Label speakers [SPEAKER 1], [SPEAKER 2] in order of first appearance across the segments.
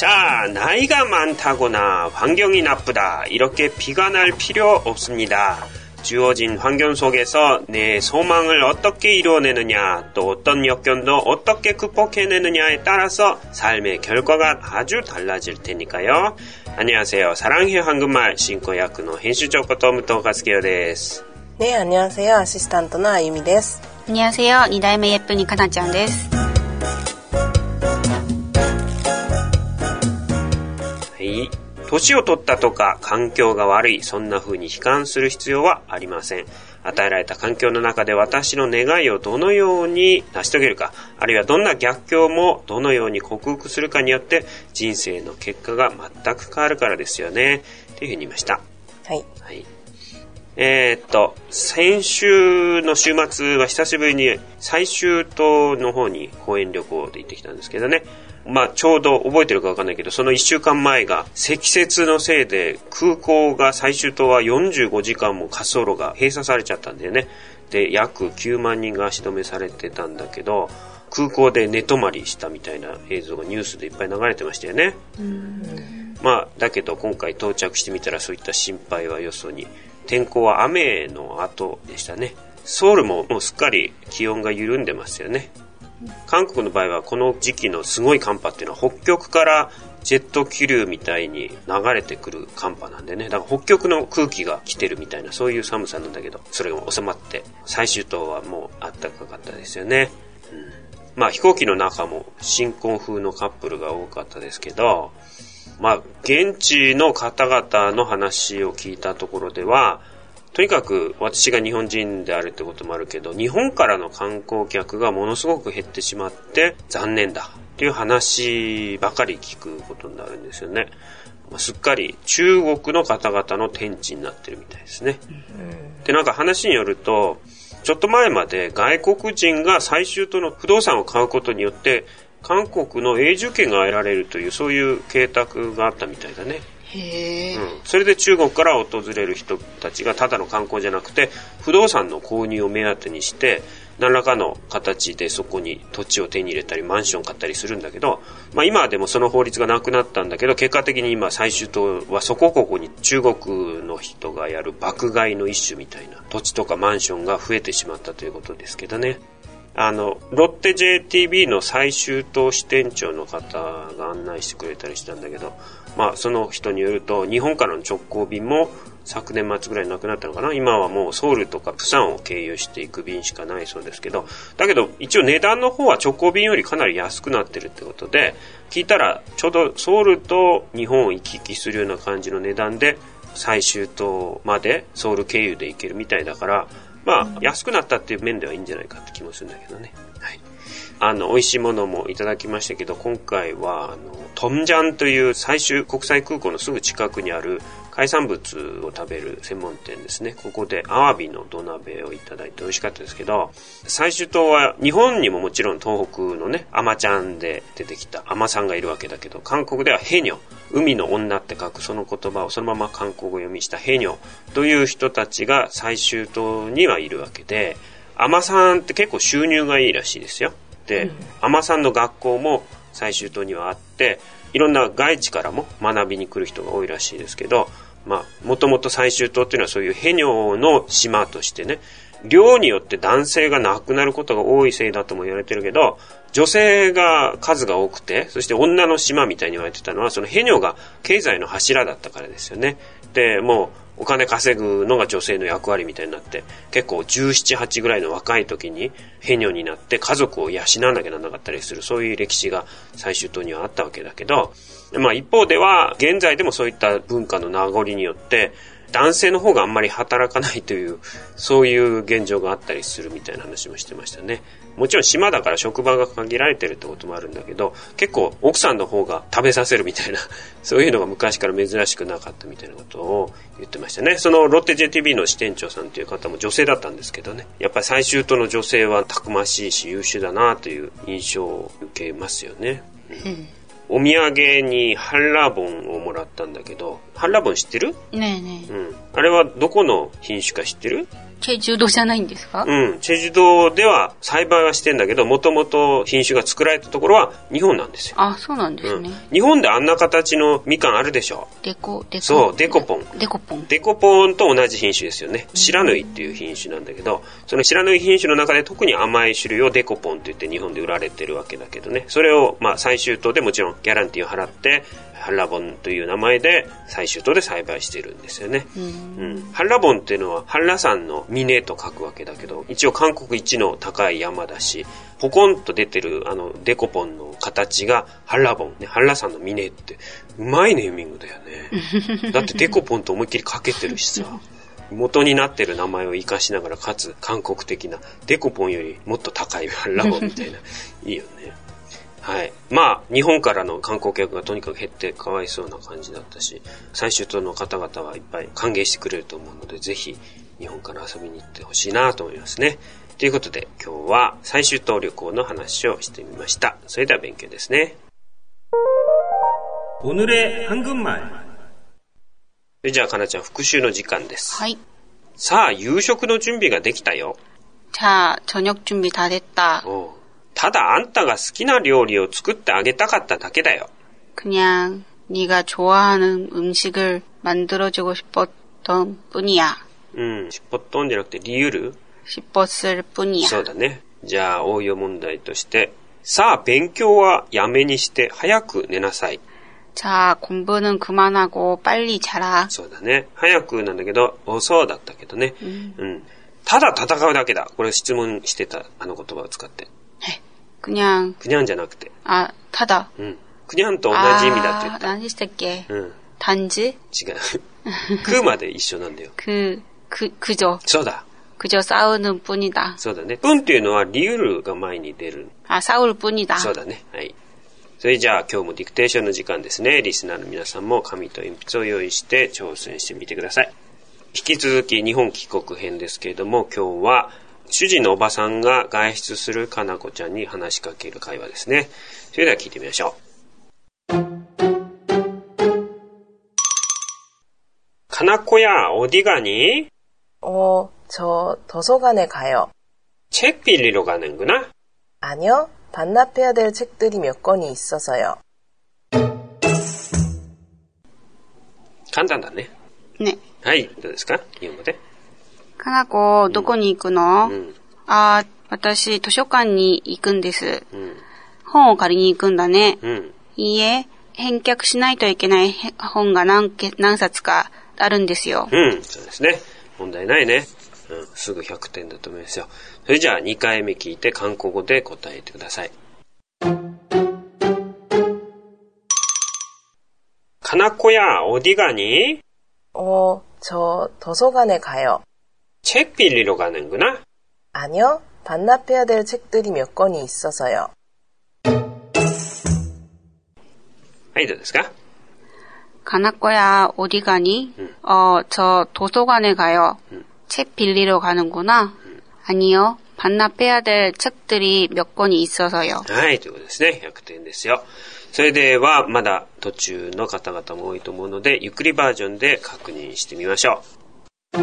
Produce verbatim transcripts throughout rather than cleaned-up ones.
[SPEAKER 1] 자, 나이가 많다거나 환경이 나쁘다 이렇게 비관할 필요 없습니다. 주어진 환경 속에서 내 소망을 어떻게 이루어내느냐, 또 어떤 역경도 어떻게 극복해내느냐에 따라서 삶의 결과가 아주 달라질 테니까요. 안녕하세요. 사랑해 한국말 신고야쿠의編集長こと武藤勝清です。
[SPEAKER 2] 네, 안녕하세요. 아시스탄트の 아유미です。
[SPEAKER 3] 안녕하세요. 이代目예쁜이かなちゃんです。
[SPEAKER 1] はい。年を取ったとか環境が悪い、そんな風に悲観する必要はありません。与えられた環境の中で私の願いをどのように成し遂げるか、あるいはどんな逆境もどのように克服するかによって人生の結果が全く変わるからですよね。というふうに言いました。
[SPEAKER 2] はい。
[SPEAKER 1] はい。えー、っと、先週の週末は久しぶりに最終島の方に講演旅行で行ってきたんですけどね。まあちょうど覚えてるかわかんないけど、そのいっしゅうかんまえが積雪のせいで空港が最終島はよんじゅうごじかんも滑走路が閉鎖されちゃったんだよね。で、約きゅうまんにんが足止めされてたんだけど、空港で寝泊まりしたみたいな映像がニュースでいっぱい流れてましたよね。うん、まあだけど今回到着してみたらそういった心配はよそに。天候は雨の後でしたね。ソウルももうすっかり気温が緩んでますよね。韓国の場合はこの時期のすごい寒波っていうのは北極からジェット気流みたいに流れてくる寒波なんでね。だから北極の空気が来てるみたいなそういう寒さなんだけど、それが収まって最終島はもう暖かかったですよね。うん、まあ飛行機の中も新婚風のカップルが多かったですけど、まあ現地の方々の話を聞いたところでは、とにかく私が日本人であるってこともあるけど、日本からの観光客がものすごく減ってしまって残念だっていう話ばかり聞くことになるんですよね。すっかり中国の方々の天地になってるみたいですね。で、なんか話によると、ちょっと前まで外国人が最終島の不動産を買うことによって韓国の永住権が得られるというそういう計画があったみたいだね。へー、うん、それで中国から訪れる人たちがただの観光じゃなくて不動産の購入を目当てにして何らかの形でそこに土地を手に入れたりマンション買ったりするんだけど、まあ、今はでもその法律がなくなったんだけど、結果的に今最終島はそこここに中国の人がやる爆買いの一種みたいな土地とかマンションが増えてしまったということですけどね。あのロッテ ジェイティービー の最終島支店長の方が案内してくれたりしたんだけど、まあその人によると日本からの直行便も昨年末ぐらいになくなったのかな。今はもうソウルとかプサンを経由していく便しかないそうですけど、だけど一応値段の方は直行便よりかなり安くなってるってことで、聞いたらちょうどソウルと日本を行き来するような感じの値段で最終島までソウル経由で行けるみたいだから、まあ安くなったっていう面ではいいんじゃないかって気もするんだけどね。はい。あの美味しいものもいただきましたけど、今回はあのトムジャンという最終国際空港のすぐ近くにある海産物を食べる専門店ですね。ここでアワビの土鍋をいただいて美味しかったですけど、最終島は日本にももちろん東北のねアマちゃんで出てきたアマさんがいるわけだけど、韓国ではヘニョ、海の女って書くその言葉をそのまま韓国語読みしたヘニョという人たちが最終島にはいるわけで、アマさんって結構収入がいいらしいですよ。で、アマさんの学校も最終島にはあって、いろんな外地からも学びに来る人が多いらしいですけど、まあもともと最終島っていうのはそういうヘニョの島としてね、漁によって男性が亡くなることが多いせいだとも言われてるけど、女性が数が多くて、そして女の島みたいに言われてたのはそのヘニョが経済の柱だったからですよね。で、もうお金稼ぐのが女性の役割みたいになって、結構じゅうなな、はちぐらいの若い時にヘニョになって家族を養わなきゃならなかったりする、そういう歴史が最終島にはあったわけだけど、まあ一方では現在でもそういった文化の名残によって男性の方があんまり働かないという、そういう現状があったりするみたいな話もしてましたね。もちろん島だから職場が限られてるってこともあるんだけど、結構奥さんの方が食べさせるみたいな、そういうのが昔から珍しくなかったみたいなことを言ってましたね。そのロッテ ジェイティービー の支店長さんという方も女性だったんですけどね、やっぱり最終島の女性はたくましいし優秀だなという印象を受けますよね。うん、お土産にハンラーボンをもらったんだけど、ハンラーボン知ってる？
[SPEAKER 3] ねえねえ、
[SPEAKER 1] うん、あれはどこの品種か知ってる？
[SPEAKER 3] チェジュ島じゃないんですか？
[SPEAKER 1] うん。チェジュ島では栽培はしてんだけど、もともと品種が作られたところは日本なんですよ。
[SPEAKER 3] あ、そうなんですね。
[SPEAKER 1] うん、日本であんな形のみかんあるでしょ。
[SPEAKER 3] デコ、デコ。
[SPEAKER 1] そう、デコポン。
[SPEAKER 3] デコポン。
[SPEAKER 1] デコポンと同じ品種ですよね。白縫いっていう品種なんだけど、その白縫い品種の中で特に甘い種類をデコポンといって日本で売られてるわけだけどね。それを、まあ、最終島でもちろんギャランティーを払って、ハッラボンという名前で最終島で栽培してるんですよね。うん、ハッラボンっていうのはハッラ山の峰と書くわけだけど、一応韓国一の高い山だし、ポコンと出てるあのデコポンの形がハッラボンね、ハッラ山の峰ってうまいネーミングだよね。だってデコポンと思いっきりかけてるしさ。元になってる名前を生かしながら、かつ韓国的なデコポンよりもっと高いハッラボンみたいな。いいよね。はい。まあ、日本からの観光客がとにかく減ってかわいそうな感じだったし、最終島の方々はいっぱい歓迎してくれると思うので、ぜひ日本から遊びに行ってほしいなと思いますね。ということで、今日は最終島旅行の話をしてみました。それでは勉強ですね。오늘의 한국말。じゃあ、かなちゃん、復習の時間です。
[SPEAKER 3] はい。
[SPEAKER 1] さあ、夕食の準備ができたよ。
[SPEAKER 3] 자、저녁準備다 됐다。
[SPEAKER 1] おう。ただあんたが好きな料理を作ってあげたかっただけだよ。
[SPEAKER 3] 그냥 네가 좋아하는 음식을 만들어주고 싶었던 뿐이야.
[SPEAKER 1] 음, 싶었던 じゃなくて理由?
[SPEAKER 3] 싶었을 뿐이야.
[SPEAKER 1] そうだね。じゃあ応用問題として、さあ勉強はやめにして早く寝なさい。
[SPEAKER 3] 자, 공부는 그만하고 빨리 자라.
[SPEAKER 1] そうだね。早くなんだけど、遅だったけどね。うん。うん。ただ戦うだけだ。これ質問してたあの言葉を使って。
[SPEAKER 3] 그냥
[SPEAKER 1] 그냥 じゃなくて。
[SPEAKER 3] あ、ただ。
[SPEAKER 1] うん。그냥と同じ意味だって言った。
[SPEAKER 3] 何でしたっけ？
[SPEAKER 1] うん。
[SPEAKER 3] 단지？
[SPEAKER 1] 違う。くまで一緒なんだよ。
[SPEAKER 3] く、く、그저。
[SPEAKER 1] そうだ。
[SPEAKER 3] 그저 싸우는 뿐이다。
[SPEAKER 1] そうだね。뿐っていうのは理由が前に出る。
[SPEAKER 3] あ、싸울 뿐이다。
[SPEAKER 1] そうだね。はい。それじゃあ今日もディクテーションの時間ですね。リスナーの皆さんも紙と鉛筆を用意して挑戦してみてください。引き続き日本帰国編ですけれども、今日は主人のおばさんが外出するかなこちゃんに話しかける会話ですね。それでは聞いてみましょう。かなこや、어디 가니?
[SPEAKER 2] 어, 저 도서관에 가요.
[SPEAKER 1] 책 빌리러 가는구나?
[SPEAKER 2] 아니요, 반납해야 될 책들이 몇 권이 있어서요.
[SPEAKER 1] 簡単だね。
[SPEAKER 3] ね。
[SPEAKER 1] はい、どうですか？日本語で。
[SPEAKER 3] かなこ、どこに行くの？
[SPEAKER 1] うん、
[SPEAKER 3] あ、私、図書館に行くんです。
[SPEAKER 1] うん、
[SPEAKER 3] 本を借りに行くんだね。
[SPEAKER 1] うん、
[SPEAKER 3] いいえ、返却しないといけない本が 何, 何冊かあるんですよ。
[SPEAKER 1] うん、そうですね。問題ないね。うん、すぐひゃくてんだと思いますよ。それじゃあにかいめ聞いて韓国語で答えてください。かなこや、어디 가니?
[SPEAKER 2] 어, 저 도서관에 가요.
[SPEAKER 1] 책 빌리러 가는구나?
[SPEAKER 2] 아니요, 반납해야 될 책들이 몇 권이 있어서요.
[SPEAKER 1] はい、どうですか？
[SPEAKER 3] 가나코야, 어디 가니?
[SPEAKER 1] 응.
[SPEAKER 3] 어, 저 도서관에 가요.
[SPEAKER 1] 응.
[SPEAKER 3] 책 빌리러 가는구나? 응. 아니요, 반납해야 될 책들이 몇 권이 있어서요.
[SPEAKER 1] はい、ということですね。ひゃくてんですよ。それでは、まだ途中の方々も多いと思うので、ゆっくりバージョンで確認してみましょう。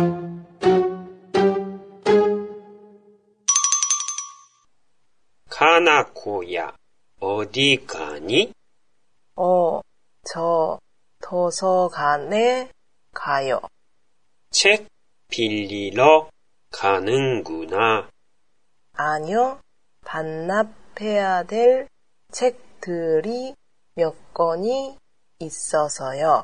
[SPEAKER 1] かなこや、어디 가니?
[SPEAKER 2] 어, 저 도서관에 가요.
[SPEAKER 1] 책 빌리러 가는구나.
[SPEAKER 2] 아니요, 반납해야 될 책들이 몇 권이 있어서요.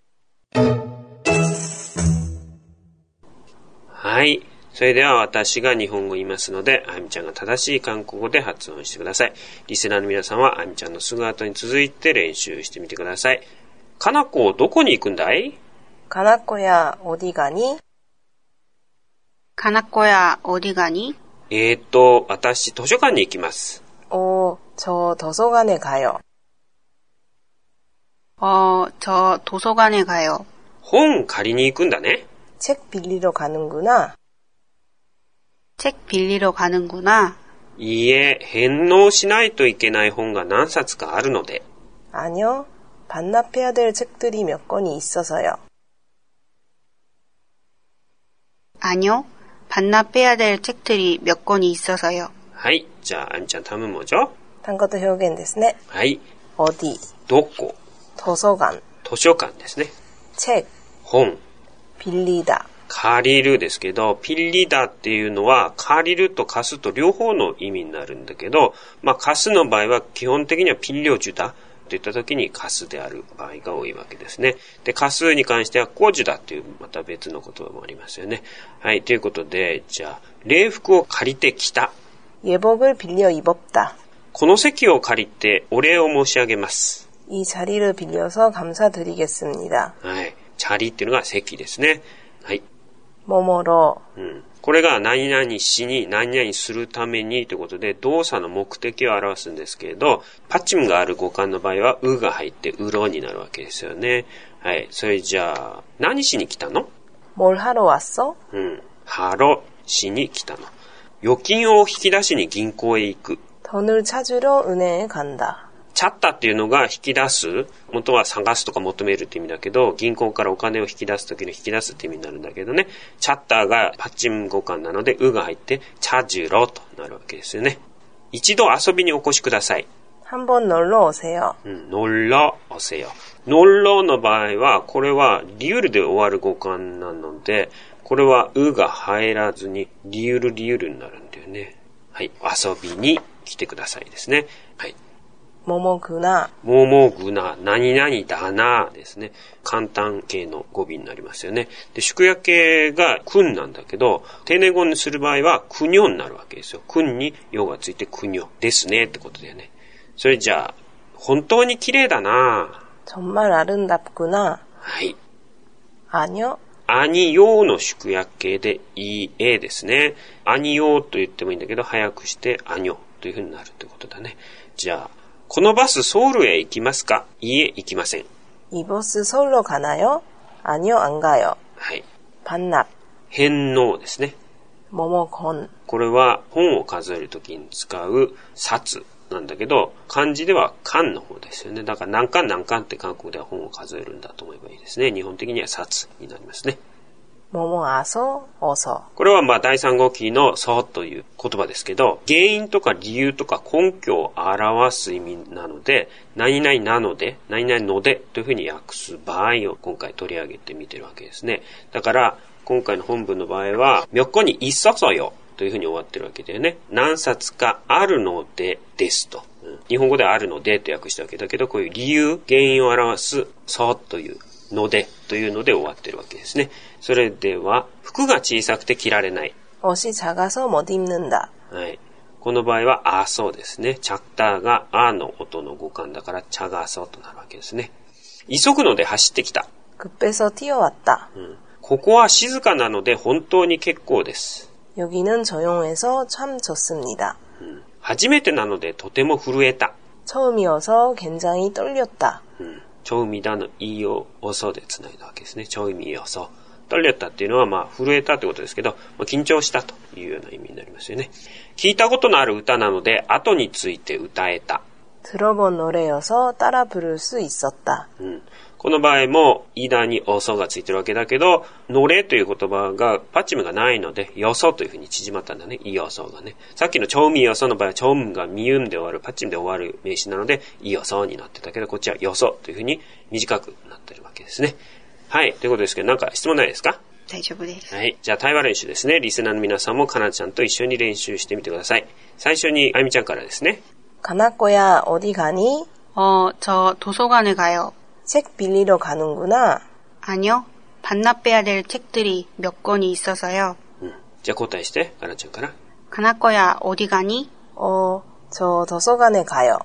[SPEAKER 1] はい。それでは私が日本語を言いますので、あゆみちゃんが正しい韓国語で発音してください。リスナーの皆さんはあゆみちゃんのすぐ後に続いて練習してみてください。かなこ、どこに行くんだい？
[SPEAKER 2] かなこや、어디 가니?
[SPEAKER 3] かなこや、어디 가니?
[SPEAKER 1] えーと、私、図書館に行きます。
[SPEAKER 2] 어, 저 도서관에 가요.
[SPEAKER 3] 어, 저 도서관에 가요.
[SPEAKER 1] 本借りに行くんだね。
[SPEAKER 2] 책 빌리러 가는구나.
[SPEAKER 3] 책 빌리러 가는구나.
[SPEAKER 1] いいえ、返納しないといけない本が何冊かあるので。
[SPEAKER 2] 아니요, 반납해야 될 책들이 몇 권이 있어서요.
[SPEAKER 3] 아니요, 반납해야 될 책들이 몇 권이 있어서요.
[SPEAKER 1] はい。じゃあ、あみちゃん、単文文字。
[SPEAKER 2] 単語と表現ですね。
[SPEAKER 1] はい。
[SPEAKER 2] 어디、
[SPEAKER 1] どこ、
[SPEAKER 2] 도서관、
[SPEAKER 1] 図書館ですね。
[SPEAKER 2] 책、
[SPEAKER 1] 本、
[SPEAKER 2] 빌리다、
[SPEAKER 1] 借りるですけど、ピッリダっていうのは、借りると貸すと両方の意味になるんだけど、まあ、貸すの場合は基本的にはピッリョジュダといった時に貸すである場合が多いわけですね。で、貸すに関してはコジュダっていうまた別の言葉もありますよね。はい、ということで、じゃあ、礼服を借りてきた。
[SPEAKER 2] 예복을 빌려 입었다.
[SPEAKER 1] この席を借りてお礼を申し上げます。
[SPEAKER 2] 이 자리를 빌려서 감사드리겠습니다.
[SPEAKER 1] はい、チャリっていうのが席ですね。はい。
[SPEAKER 2] 뭐뭐로、
[SPEAKER 1] うん、これが何々しに何々するためにということで動作の目的を表すんですけれど、パッチムがある語感の場合はうが入ってうろになるわけですよね。はい。それじゃあ何しに来たの？
[SPEAKER 2] 뭘 하러 왔어?
[SPEAKER 1] うん。ハロしに来たの。預金を引き出しに銀行へ行く。
[SPEAKER 2] 돈을 찾으러 은행에 간다.
[SPEAKER 1] チャッタっていうのが引き出す、元は探すとか求めるって意味だけど、銀行からお金を引き出すときの引き出すって意味になるんだけどね。チャッターがパッチン語感なので、うが入って、チャジュロとなるわけですよね。一度遊びにお越しください。
[SPEAKER 2] 한번 놀러 오세요.
[SPEAKER 1] うん、놀러 오세요。 놀러の場合は、これはリユルで終わる語感なので、これはうが入らずに、リユルリユルになるんだよね。はい。遊びに来てくださいですね。はい。
[SPEAKER 2] 뭐뭐구나、
[SPEAKER 1] ももぐな、何々だなですね。簡単形の語尾になりますよね。で、宿約形がくんなんだけど、丁寧語にする場合はくにょになるわけですよ。くんによがついてくにょですねってことだよね。それじゃあ、本当に綺麗だな。
[SPEAKER 2] 정말 아름답구나.
[SPEAKER 1] はい。
[SPEAKER 2] 아니요.
[SPEAKER 1] あによの宿約形でいいえですね。あによと言ってもいいんだけど、早くしてあにょという風になるってことだね。じゃあ、このバスソウルへ行きますか？いいえ、行きません。
[SPEAKER 2] 이 버스 서울로 가나요? 아니요, 안 가요.
[SPEAKER 1] はい。
[SPEAKER 2] 반납,
[SPEAKER 1] 返納ですね。
[SPEAKER 2] 뭐뭐건,
[SPEAKER 1] これは本を数えるときに使う冊なんだけど、漢字では巻の方ですよね。だから何巻何巻って韓国では本を数えるんだと思えばいいですね。日本的には冊になりますね。
[SPEAKER 2] 뭐뭐아서, 어서.
[SPEAKER 1] これはまあ第三語期のそうという言葉ですけど、原因とか理由とか根拠を表す意味なので、何々なので、何々のでというふうに訳す場合を今回取り上げてみてるわけですね。だから今回の本文の場合は、몇 권이 있어서요というふうに終わってるわけだよね。何冊かあるのでですと。うん、日本語ではあるのでと訳したわけだけど、こういう理由、原因を表すそうというのでというので終わってるわけですね。それでは、服が小さくて着られない。
[SPEAKER 2] 옷이 작아서 못 입는다.
[SPEAKER 1] はい。この場合は、あそうですね。チャッターがあの音の語感だから、チャガソとなるわけですね。急ぐので走ってきた。
[SPEAKER 2] 급해서 뛰어왔다.
[SPEAKER 1] うん。ここは静かなので本当に結構です。
[SPEAKER 2] 여기는 조용해서 참 좋습니다.
[SPEAKER 1] うん。初めてなのでとても震えた。
[SPEAKER 2] 처음이어서 굉장히 떨렸다.
[SPEAKER 1] うん。처음이다のいいを遅でつないだわけですね。처음이어서。떨렸다っていうのはまあ震えたってことですけど、まあ、緊張したというような意味になりますよね。聞いたことのある歌なので後について歌えた。
[SPEAKER 2] 들어본 노래여서 따라 부를 수 있었다.
[SPEAKER 1] うん、この場合もイダにおそがついてるわけだけど、のれという言葉がパッチムがないのでよそというふうに縮まったんだね。いよそがね。さっきのチョウミよその場合はチョウムがミユンで終わるパッチムで終わる名詞なのでいよそになってたけど、こっちはよそというふうに短くなってるわけですね。はい。ということですけど、なんか質問ないですか？
[SPEAKER 3] 大丈夫です。
[SPEAKER 1] はい。じゃあ対話練習ですね。リスナーの皆さんもかなちゃんと一緒に練習してみてください。最初にあゆみちゃんからですね。
[SPEAKER 2] 가나꼬야 어디 가니?
[SPEAKER 3] 어, 저 도서관에 가요.
[SPEAKER 2] 책 빌리러 가는구나.
[SPEAKER 3] 아니요. 반납해야 될 책들이 몇 권이 있어서요.
[SPEAKER 1] うん。じゃあ答えして、かなちゃんから。
[SPEAKER 3] 가나꼬야 어디 가니?
[SPEAKER 2] 어, 저 도서관에 가요.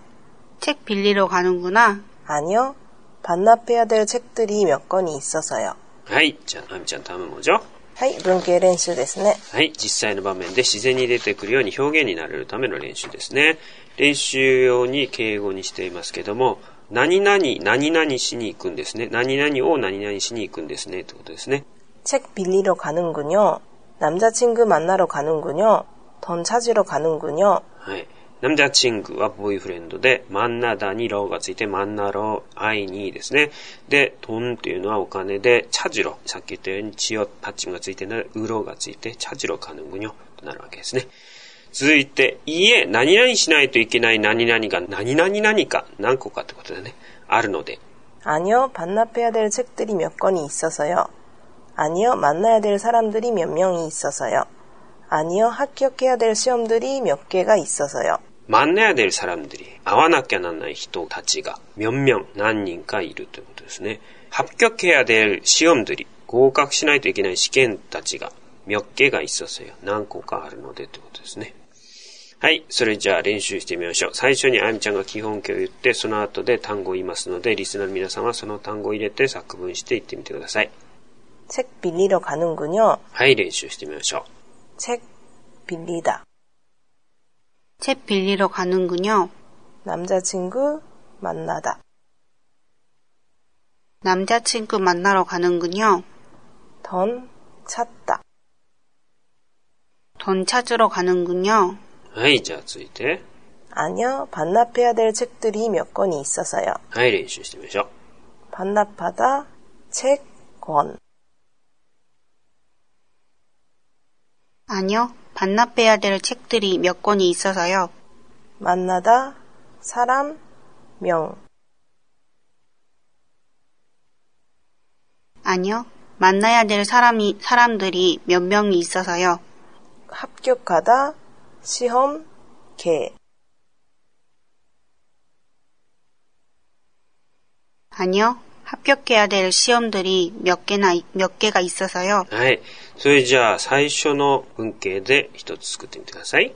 [SPEAKER 3] 책 빌리러 가는구나.
[SPEAKER 2] 아니요. 반납해야 될 책들이 몇 권이 있어서요.
[SPEAKER 1] はい。じゃああゆみちゃん頼むもじょ。
[SPEAKER 2] はい、文系練習ですね。
[SPEAKER 1] はい。実際の場面で自然に出てくるように表現になれるための練習ですね。練習用に敬語にしていますけども、何々、何々しに行くんですね。何々を何々しに行くんですね。ってことですね。
[SPEAKER 2] 책 빌리러 가는군요. 남자친구 만나러 가는군요. 돈 찾으러 가는군요.
[SPEAKER 1] はい。 남자친구はボーイフレンドで、만나다にローがついて、만나러会いにですね。で、돈っていうのはお金で、찾으러、さっき言ったようにチヨ받침がついてる、うろがついて、찾으러 가는군요となるわけですね。続いて、いいえ、何々しないといけない何々が何々何か、何個かってことでね、あるので。
[SPEAKER 2] 아니요, 반납해야 될 책들이 몇 권이 있어서요. 아니요, 만나야 될 사람들이 몇 명이 있어서요. 아니요, 합격해야 될 시험들이 몇 개가 있어서요.
[SPEAKER 1] 만나야 될 사람들이, 会わなきゃならない人たちが몇 명、何人かいるということですね。합격해야 될 시험들이、合格しないといけない試験たちが몇 개가 있어서요。何個かあるのでということですね。はい。それじゃあ練習してみましょう。最初にあゆみちゃんが基本形を言って、その後で単語を言いますので、リスナーの皆さんはその単語を入れて作文して言ってみてください。
[SPEAKER 2] 책 빌리러 가는군요.
[SPEAKER 1] はい、練習してみましょう。
[SPEAKER 2] 책 빌리다.
[SPEAKER 3] 책 빌리러 가는군요.
[SPEAKER 2] 남자친구 만나다.
[SPEAKER 3] 남자친구 만나러 가는군요.
[SPEAKER 2] 돈 찾다.
[SPEAKER 3] 돈 찾으러 가는군요.
[SPEAKER 1] はい、じゃあ続いて。
[SPEAKER 2] 아니요, 반납해야 될 책들이 몇 권이 있어서요.
[SPEAKER 1] はい、練習してみましょう。
[SPEAKER 2] 반납하다, 책, 권.
[SPEAKER 3] 아니요, 반납해야 될 책들이 몇 권이 있어서요.
[SPEAKER 2] 만나다, 사람, 명.
[SPEAKER 3] 아니요, 만나야 될 사람이, 사람들이 몇 명이 있어서요.
[SPEAKER 2] 합격하다, 시험, 개.
[SPEAKER 3] 아니요, 합격해야 될 시험들이 몇 개나, 몇 개가 있어서요.
[SPEAKER 1] はい。それじゃあ最初の文型で一つ作ってみてください。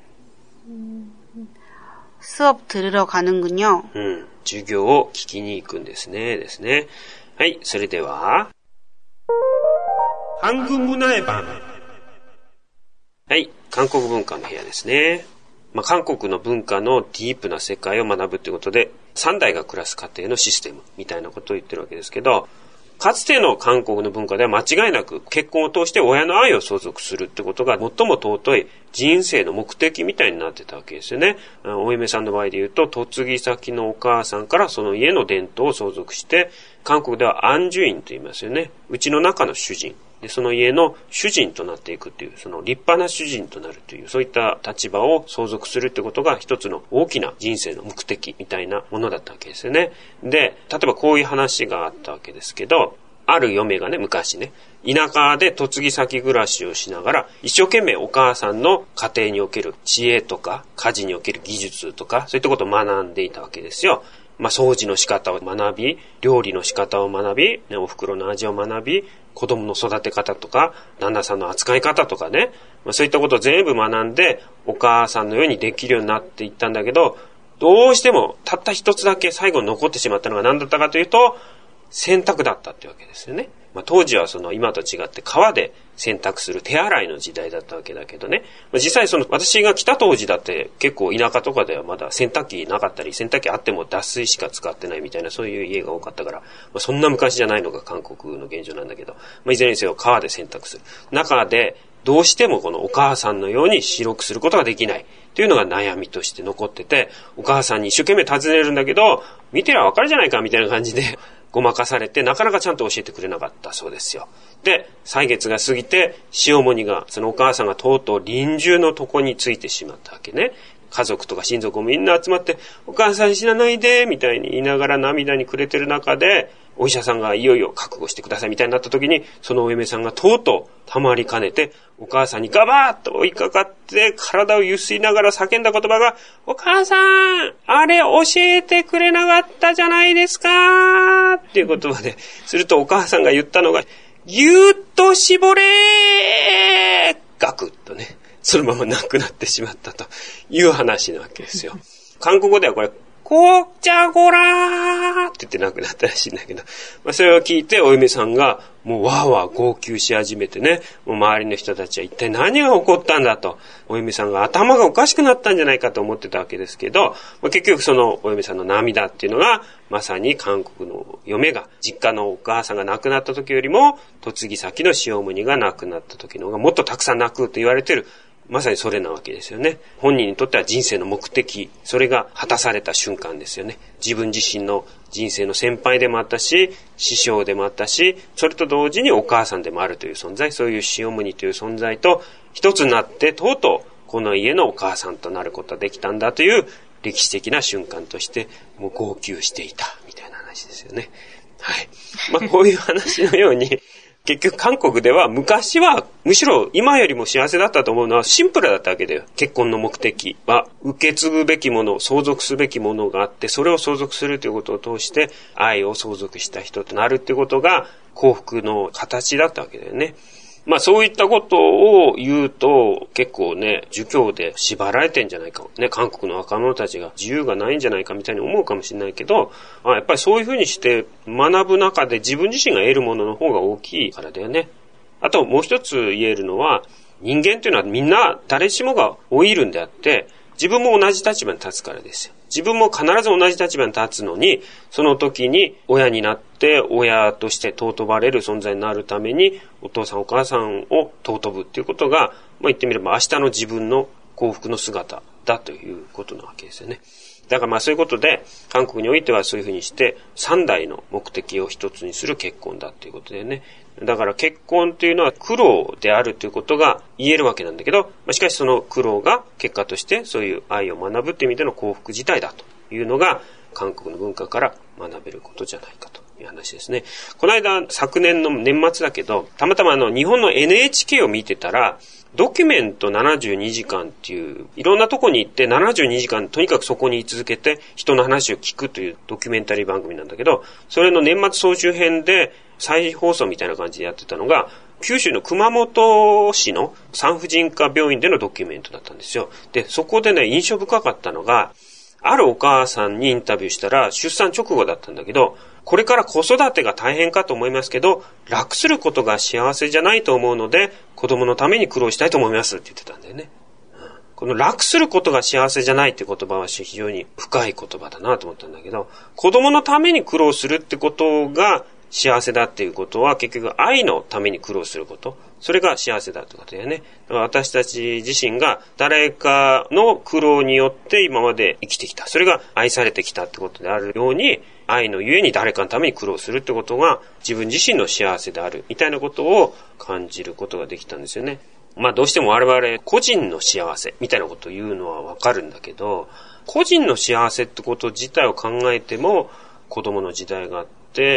[SPEAKER 3] 수업 들으러 가는군요.
[SPEAKER 1] うん。授業を聞きに行くんですね。ですね。はい。それでは。한국문화의 방。はい。韓国文化の部屋ですね。まあ、韓国の文化のディープな世界を学ぶということで、三代が暮らす家庭のシステムみたいなことを言ってるわけですけど、かつての韓国の文化では間違いなく結婚を通して親の愛を相続するってことが最も尊い人生の目的みたいになってたわけですよね。お嫁さんの場合で言うと、嫁ぎ先のお母さんからその家の伝統を相続して、韓国では安住院と言いますよね。うちの中の主人。で、その家の主人となっていくっていう、その立派な主人となるという、そういった立場を相続するってことが一つの大きな人生の目的みたいなものだったわけですよね。で、例えばこういう話があったわけですけど、ある嫁がね、昔ね、田舎で嫁ぎ先暮らしをしながら、一生懸命お母さんの家庭における知恵とか、家事における技術とか、そういったことを学んでいたわけですよ。まあ、掃除の仕方を学び、料理の仕方を学び、ね、お袋の味を学び、子供の育て方とか、旦那さんの扱い方とかね、まあ、そういったことを全部学んで、お母さんのようにできるようになっていったんだけど、どうしてもたった一つだけ最後に残ってしまったのが何だったかというと、洗濯だったってわけですよね。まあ、当時はその今と違って川で洗濯する手洗いの時代だったわけだけどね。まあ、実際その私が来た当時だって結構田舎とかではまだ洗濯機なかったり、洗濯機あっても脱水しか使ってないみたいなそういう家が多かったから、まあ、そんな昔じゃないのが韓国の現状なんだけど、まあ、いずれにせよ川で洗濯する。中でどうしてもこのお母さんのように白くすることができないというのが悩みとして残ってて、お母さんに一生懸命尋ねるんだけど、見てりゃわかるじゃないかみたいな感じでごまかされて、なかなかちゃんと教えてくれなかったそうですよ。で、歳月が過ぎて、塩もにが、そのお母さんがとうとう臨終のとこについてしまったわけね。家族とか親族もみんな集まって、お母さん死なないで、みたいに言いながら涙にくれてる中で、お医者さんがいよいよ覚悟してくださいみたいになった時に、そのお嫁さんがとうとうたまりかねて、お母さんにガバーッと追いかかって、体をゆすいながら叫んだ言葉が、お母さん、あれ教えてくれなかったじゃないですかっていう言葉で、するとお母さんが言ったのが、ぎゅーっと絞れーガクッとね、そのまま亡くなってしまったという話なわけですよ。韓国語ではこれ、こっちゃごらーって言って亡くなったらしいんだけど、まあ、それを聞いてお嫁さんがもうわーわー号泣し始めてね、もう周りの人たちは一体何が起こったんだと、お嫁さんが頭がおかしくなったんじゃないかと思ってたわけですけど、まあ、結局そのお嫁さんの涙っていうのがまさに韓国の嫁が実家のお母さんが亡くなった時よりも嫁ぎ先の塩むにが亡くなった時の方がもっとたくさん泣くと言われてるまさにそれなわけですよね。本人にとっては人生の目的、それが果たされた瞬間ですよね。自分自身の人生の先輩でもあったし、師匠でもあったし、それと同時にお母さんでもあるという存在、そういうシオムニという存在と一つになって、とうとうこの家のお母さんとなることができたんだという歴史的な瞬間として、もう号泣していたみたいな話ですよね。はい。まあこういう話のように、結局韓国では昔はむしろ今よりも幸せだったと思うのはシンプルだったわけだよ。結婚の目的は受け継ぐべきもの、相続すべきものがあって、それを相続するということを通して愛を相続した人となるということが幸福の形だったわけだよね。まあそういったことを言うと結構ね、儒教で縛られてんじゃないか。ね、韓国の若者たちが自由がないんじゃないかみたいに思うかもしれないけど、やっぱりそういうふうにして学ぶ中で自分自身が得るものの方が大きいからだよね。あともう一つ言えるのは、人間というのはみんな誰しもが老いるんであって、自分も同じ立場に立つからですよ。自分も必ず同じ立場に立つのに、その時に親になって親として尊ばれる存在になるために、お父さんお母さんを尊ぶっていうことが、まあ言ってみれば明日の自分の幸福の姿だということなわけですよね。だからまあそういうことで、韓国においてはそういうふうにして三代の目的を一つにする結婚だということでね。だから結婚というのは苦労であるということが言えるわけなんだけど、しかしその苦労が結果としてそういう愛を学ぶっていう意味での幸福自体だというのが韓国の文化から学べることじゃないかという話ですね。この間昨年の年末だけど、たまたまあの日本の エヌエイチケー を見てたら、ドキュメントななじゅうにじかんっていういろんなとこに行ってななじゅうにじかんとにかくそこに居続けて人の話を聞くというドキュメンタリー番組なんだけど、それの年末総集編で再放送みたいな感じでやってたのが、九州の熊本市の産婦人科病院でのドキュメントだったんですよ。で、そこでね、印象深かったのが、あるお母さんにインタビューしたら、出産直後だったんだけど、これから子育てが大変かと思いますけど、楽することが幸せじゃないと思うので、子供のために苦労したいと思いますって言ってたんだよね。この楽することが幸せじゃないって言葉は非常に深い言葉だなと思ったんだけど、子供のために苦労するってことが幸せだっていうことは結局愛のために苦労すること、それが幸せだってことだよね。だから私たち自身が誰かの苦労によって今まで生きてきた、それが愛されてきたってことであるように、愛のゆえに誰かのために苦労するってことが自分自身の幸せであるみたいなことを感じることができたんですよね。まあどうしても我々個人の幸せみたいなことを言うのはわかるんだけど、個人の幸せってこと自体を考えても子供の時代があって、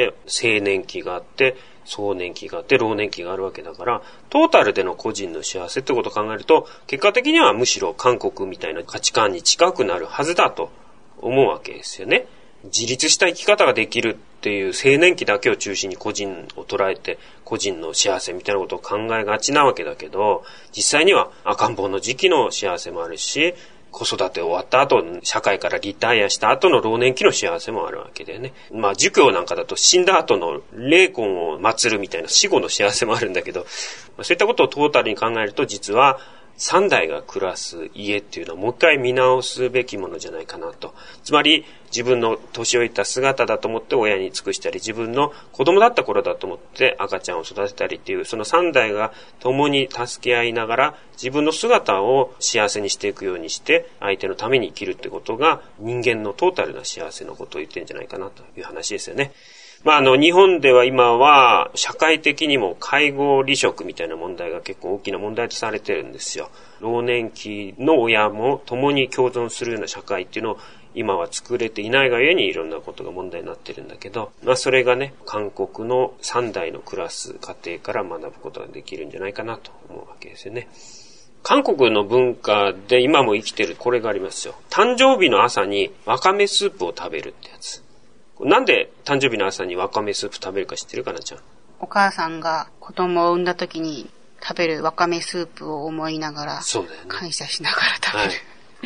[SPEAKER 1] 青年期があって、壮年期があって、老年期があるわけだから、トータルでの個人の幸せってことを考えると、結果的にはむしろ韓国みたいな価値観に近くなるはずだと思うわけですよね。自立した生き方ができるっていう青年期だけを中心に個人を捉えて、個人の幸せみたいなことを考えがちなわけだけど、実際には赤ん坊の時期の幸せもあるし、子育て終わった後、社会からリタイアした後の老年期の幸せもあるわけでね。まあ、儒教なんかだと死んだ後の霊魂を祀るみたいな死後の幸せもあるんだけど、そういったことをトータルに考えると、実は三代が暮らす家っていうのはもう一回見直すべきものじゃないかなと。つまり、自分の年老いた姿だと思って親に尽くしたり、自分の子供だった頃だと思って赤ちゃんを育てたりっていう、その三代が共に助け合いながら、自分の姿を幸せにしていくようにして、相手のために生きるってことが、人間のトータルな幸せのことを言ってるんじゃないかなという話ですよね。まあ、あの、日本では今は、社会的にも介護離職みたいな問題が結構大きな問題とされてるんですよ。老年期の親も共に共存するような社会っていうのを今は作れていないがゆえにいろんなことが問題になってるんだけど、まあそれがね、韓国の三代の暮らす家庭から学ぶことができるんじゃないかなと思うわけですよね。韓国の文化で今も生きてるこれがありますよ。誕生日の朝にわかめスープを食べるってやつ。なんで誕生日の朝にわかめスープ食べるか知ってるかなちゃん？
[SPEAKER 3] お母さんが子供を産んだ時に食べるわかめスープを思いながら、
[SPEAKER 1] そうだよね、
[SPEAKER 3] 感謝しながら食べる、はい、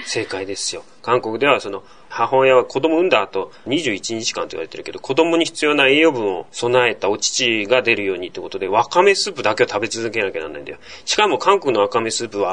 [SPEAKER 1] 正解ですよ。韓国ではその母親は子供を産んだ後にじゅういちにちかんと言われてるけど、子供に必要な栄養分を備えたお乳が出るようにってことでわかめスープだけを食べ続けなきゃならないんだよ。しかも韓国のわかめスープは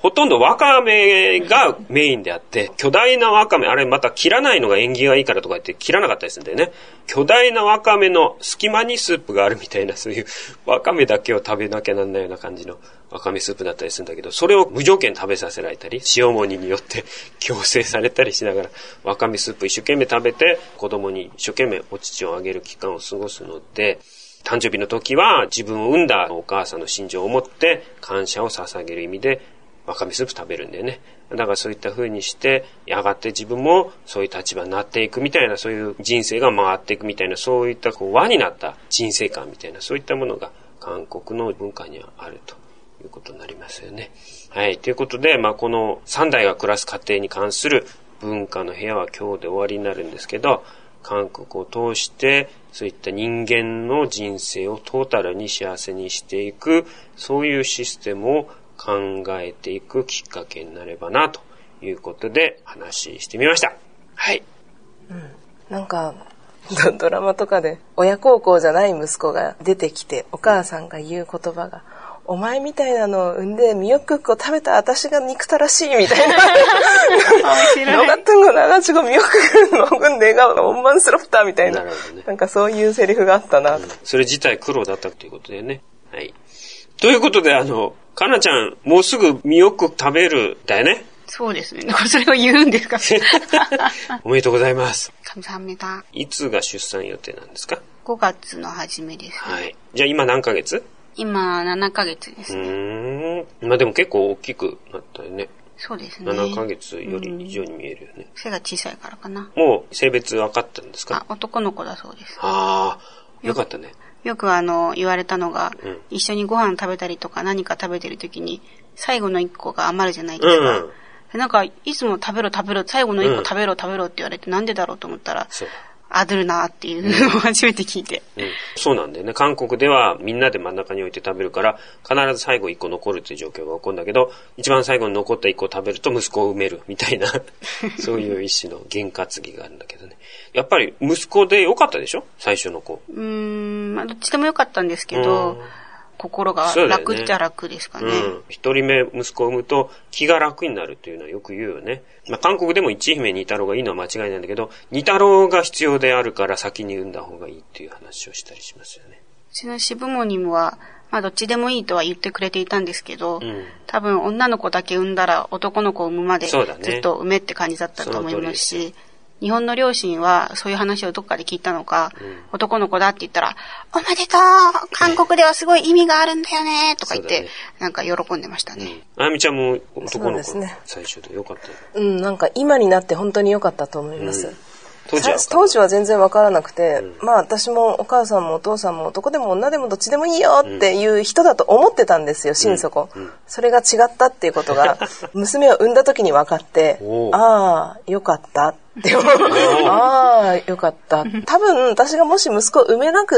[SPEAKER 1] ほとんどわかめがメインであって、巨大なわかめ、あれまた切らないのが縁起がいいからとか言って切らなかったりするんだよね。巨大なわかめの隙間にスープがあるみたいな、そういうわかめだけを食べなきゃなんないような感じのわかめスープだったりするんだけど、それを無条件食べさせられたり、塩もにによって強制されたりしながら、わかめスープ一生懸命食べて、子供に一生懸命お乳をあげる期間を過ごすので、誕生日の時は自分を産んだお母さんの心情を持って感謝を捧げる意味でわかめスープ食べるんだよね。だからそういった風にして、やがて自分もそういう立場になっていくみたいな、そういう人生が回っていくみたいな、そういったこう輪になった人生観みたいな、そういったものが韓国の文化にはあるということになりますよね。はい。ということで、まあこの三代が暮らす家庭に関する文化の部屋は今日で終わりになるんですけど、韓国を通してそういった人間の人生をトータルに幸せにしていく、そういうシステムを考えていくきっかけになればなということで話してみました。はい。
[SPEAKER 2] うん、なんかドラマとかで親孝行じゃない息子が出てきて、お母さんが言う言葉が、お前みたいなのを産んでミヨックックを食べた私が憎たらしいみたいな。のがったんごながちごミヨックックの産んでがオンマンスロフターみたいな。なるほどね。なんかそういうセリフがあったな、うん。
[SPEAKER 1] それ自体苦労だったということだよね。はい。ということで、あの、かなちゃん、もうすぐミヨック食べるだよね。
[SPEAKER 3] そうですね。それを言うんですか。
[SPEAKER 1] おめでとうございます。
[SPEAKER 3] 감사합니다。
[SPEAKER 1] いつが出産予定なんですか？
[SPEAKER 3] ごがつの初めです、ね。
[SPEAKER 1] はい。じゃあ今何ヶ月？
[SPEAKER 3] 今ななかげつですね。う
[SPEAKER 1] ーん。まあでも結構大きくなったよね。
[SPEAKER 3] そうですね。
[SPEAKER 1] ななかげつより以上に見えるよね。
[SPEAKER 3] 背が小さいからかな。
[SPEAKER 1] もう性別分かったんですか？
[SPEAKER 3] あ、男の子だそうです。
[SPEAKER 1] ああ、よかったね。
[SPEAKER 3] よくあの言われたのが、
[SPEAKER 1] うん、
[SPEAKER 3] 一緒にご飯食べたりとか何か食べてる時に最後のいっこが余るじゃないですか。うんうん、なんかいつも食べろ食べろ最後のいっこ食べろ食べろって言われて、なんでだろうと思ったら、そうアドルナーっていうのを初めて聞いて、
[SPEAKER 1] うんうん、そうなんだよね。韓国ではみんなで真ん中に置いて食べるから必ず最後いっこ残るっていう状況が起こるんだけど、一番最後に残ったいっこ食べると息子を産めるみたいなそういう一種の験担ぎがあるんだけどね。やっぱり息子でよかったでしょ、最初の子。
[SPEAKER 3] うーん、まあ、どっちでもよかったんですけど、心が楽っちゃ楽ですかね。うん。
[SPEAKER 1] 一人目息子を産むと気が楽になるっていうのはよく言うよね。まあ、韓国でも一姫二太郎がいいのは間違いないんだけど、二太郎が必要であるから先に産んだ方がいいっていう話をしたりしますよね。
[SPEAKER 3] うちのシブモニムは、まあどっちでもいいとは言ってくれていたんですけど、うん、多分女の子だけ産んだら男の子を産むまでずっと産めって感じだったと思いますし、日本の両親はそういう話をどっかで聞いたのか、うん、男の子だって言ったら、おめでとう韓国ではすごい意味があるんだよねとか言って、ね、なんか喜んでましたね。
[SPEAKER 1] あやみちゃんも男の子、ね、最初でよかったよ。
[SPEAKER 2] うん、なんか今になって本当に良かったと思います。うん、
[SPEAKER 1] 当時は
[SPEAKER 2] 当時は全然わからなくて、うん、まあ私もお母さんもお父さんも男でも女でもどっちでもいいよっていう人だと思ってたんですよ、心底、うんうん、それが違ったっていうことが娘を産んだ時に分かってああよかったって思うああよかった多分私がもし息子を産めなくって、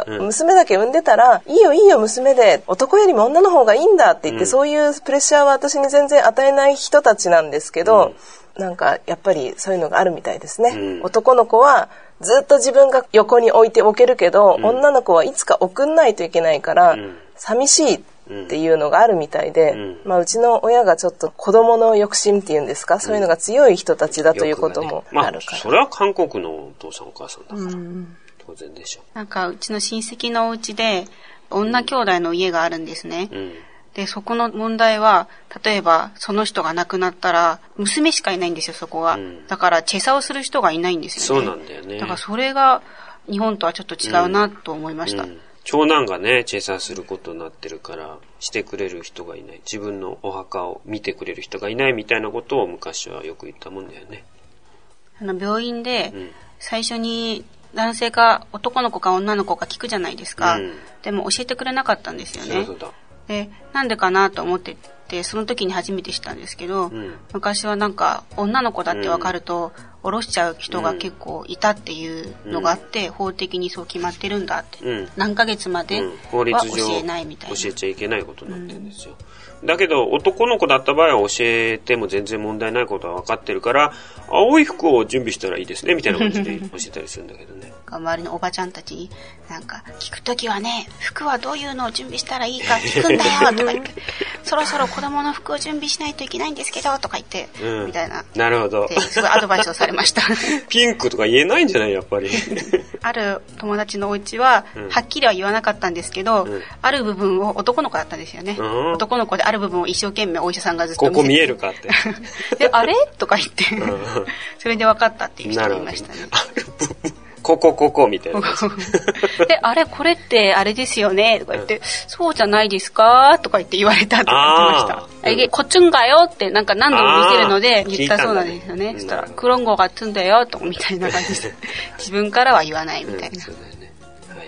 [SPEAKER 2] うん、娘だけ産んでたらいいよいいよ娘で男よりも女の方がいいんだって言って、うん、そういうプレッシャーは私に全然与えない人たちなんですけど、うん、なんかやっぱりそういうのがあるみたいですね、うん、男の子はずっと自分が横に置いておけるけど、うん、女の子はいつか送んないといけないから、うん、寂しいっていうのがあるみたいで、うんまあ、うちの親がちょっと子供の抑心っていうんですか、そういうのが強い人たちだということもあるから、ね
[SPEAKER 1] まあ、それは韓国のお父さんお母さんだから、うん、当然でしょう。
[SPEAKER 3] なんかうちの親戚のお家で女兄弟の家があるんですね、うんで、そこの問題は、例えば、その人が亡くなったら、娘しかいないんですよ、そこは。うん、だから、チェサをする人がいないんですよね。
[SPEAKER 1] そうなんだよね。
[SPEAKER 3] だから、それが、日本とはちょっと違うなと思いました。うんうん、
[SPEAKER 1] 長男がね、チェサすることになってるから、してくれる人がいない。自分のお墓を見てくれる人がいないみたいなことを昔はよく言ったもんだよね。
[SPEAKER 3] あの、病院で、最初に、男性か男の子か女の子か聞くじゃないですか。うん、でも、教えてくれなかったんですよね。そうそうだ。でなんでかなと思っててその時に初めて知ったんですけど、うん、昔はなんか女の子だって分かると、うん、 下ろしちゃう人が結構いたっていうのがあって、うん、法的にそう決まってるんだって、うん、何ヶ月までは教えないみたいな、
[SPEAKER 1] 教えちゃいけないことになってるんですよ、うん、だけど男の子だった場合は教えても全然問題ないことは分かってるから、青い服を準備したらいいですねみたいな感じで教えたりするんだけどね
[SPEAKER 3] 周りのおばちゃんたちになんか聞くときはね、服はどういうのを準備したらいいか聞くんだよとか言ってそろそろ子供の服を準備しないといけないんですけどとか言って、うん、みたいな。
[SPEAKER 1] なるほど。
[SPEAKER 3] すごいアドバイスをされました
[SPEAKER 1] ピンクとか言えないんじゃないやっぱり
[SPEAKER 3] ある友達のお家は、うん、はっきりは言わなかったんですけど、うん、ある部分を男の子だったんですよね、うん、男の子である部分を一生懸命お医者さんがずっと見せて、
[SPEAKER 1] ここ見えるかって
[SPEAKER 3] であれとか言って、うん、それで分かったっていう人もいましたね。
[SPEAKER 1] ある部分ここここみたいな
[SPEAKER 3] で、あれこれってあれですよねとか言って、うん、そうじゃないですかとか言って言われたって言ってました。え、うん、こっちんがよってなんか何度も見せるので言ったそうなんですよね。そしたらクロンゴがつんだよとみたいな感じで自分からは言わないみたいな、うん、そうだよね。はい、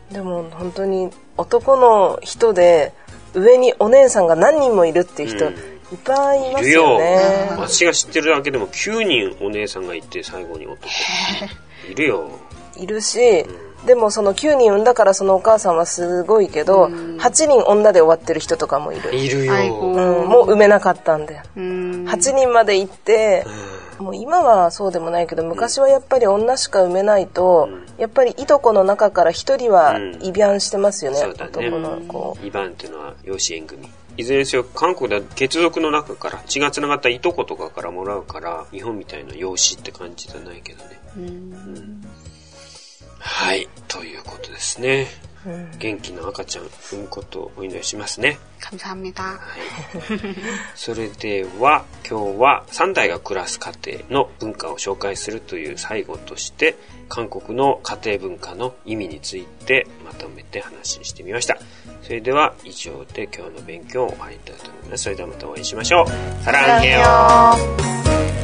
[SPEAKER 2] でも本当に男の人で上にお姉さんが何人もいるっていう人、うん、いっぱいいますよね。
[SPEAKER 1] 私が知ってるだけでもきゅうにんお姉さんがいて最後に男いるよ。
[SPEAKER 2] いるし、うん、でもそのきゅうにん産んだからそのお母さんはすごいけど、うん、はちにん女で終わってる人とかもいる。
[SPEAKER 1] いるよ、
[SPEAKER 2] うん、もう産めなかったんで、うん、はちにんまで行って、うん、もう今はそうでもないけど昔はやっぱり女しか産めないと、うん、やっぱりいとこの中からひとりは異卵してますよね、うん、男の子。
[SPEAKER 1] 異卵っていうのは養子縁組。いずれにせよ韓国では血族の中から血がつながったいとことかからもらうから日本みたいな養子って感じじゃないけどね、うんうん、はいということですね、うん、元気な赤ちゃん産むことをお祈りしますね。
[SPEAKER 3] 감사합니다、
[SPEAKER 1] はい、それでは今日はさん代が暮らす家庭の文化を紹介するという最後として韓国の家庭文化の意味についてまとめて話してみました。それでは以上で今日の勉強を終わりたいと思います。それではまたお会いしましょう。サランヘヨ。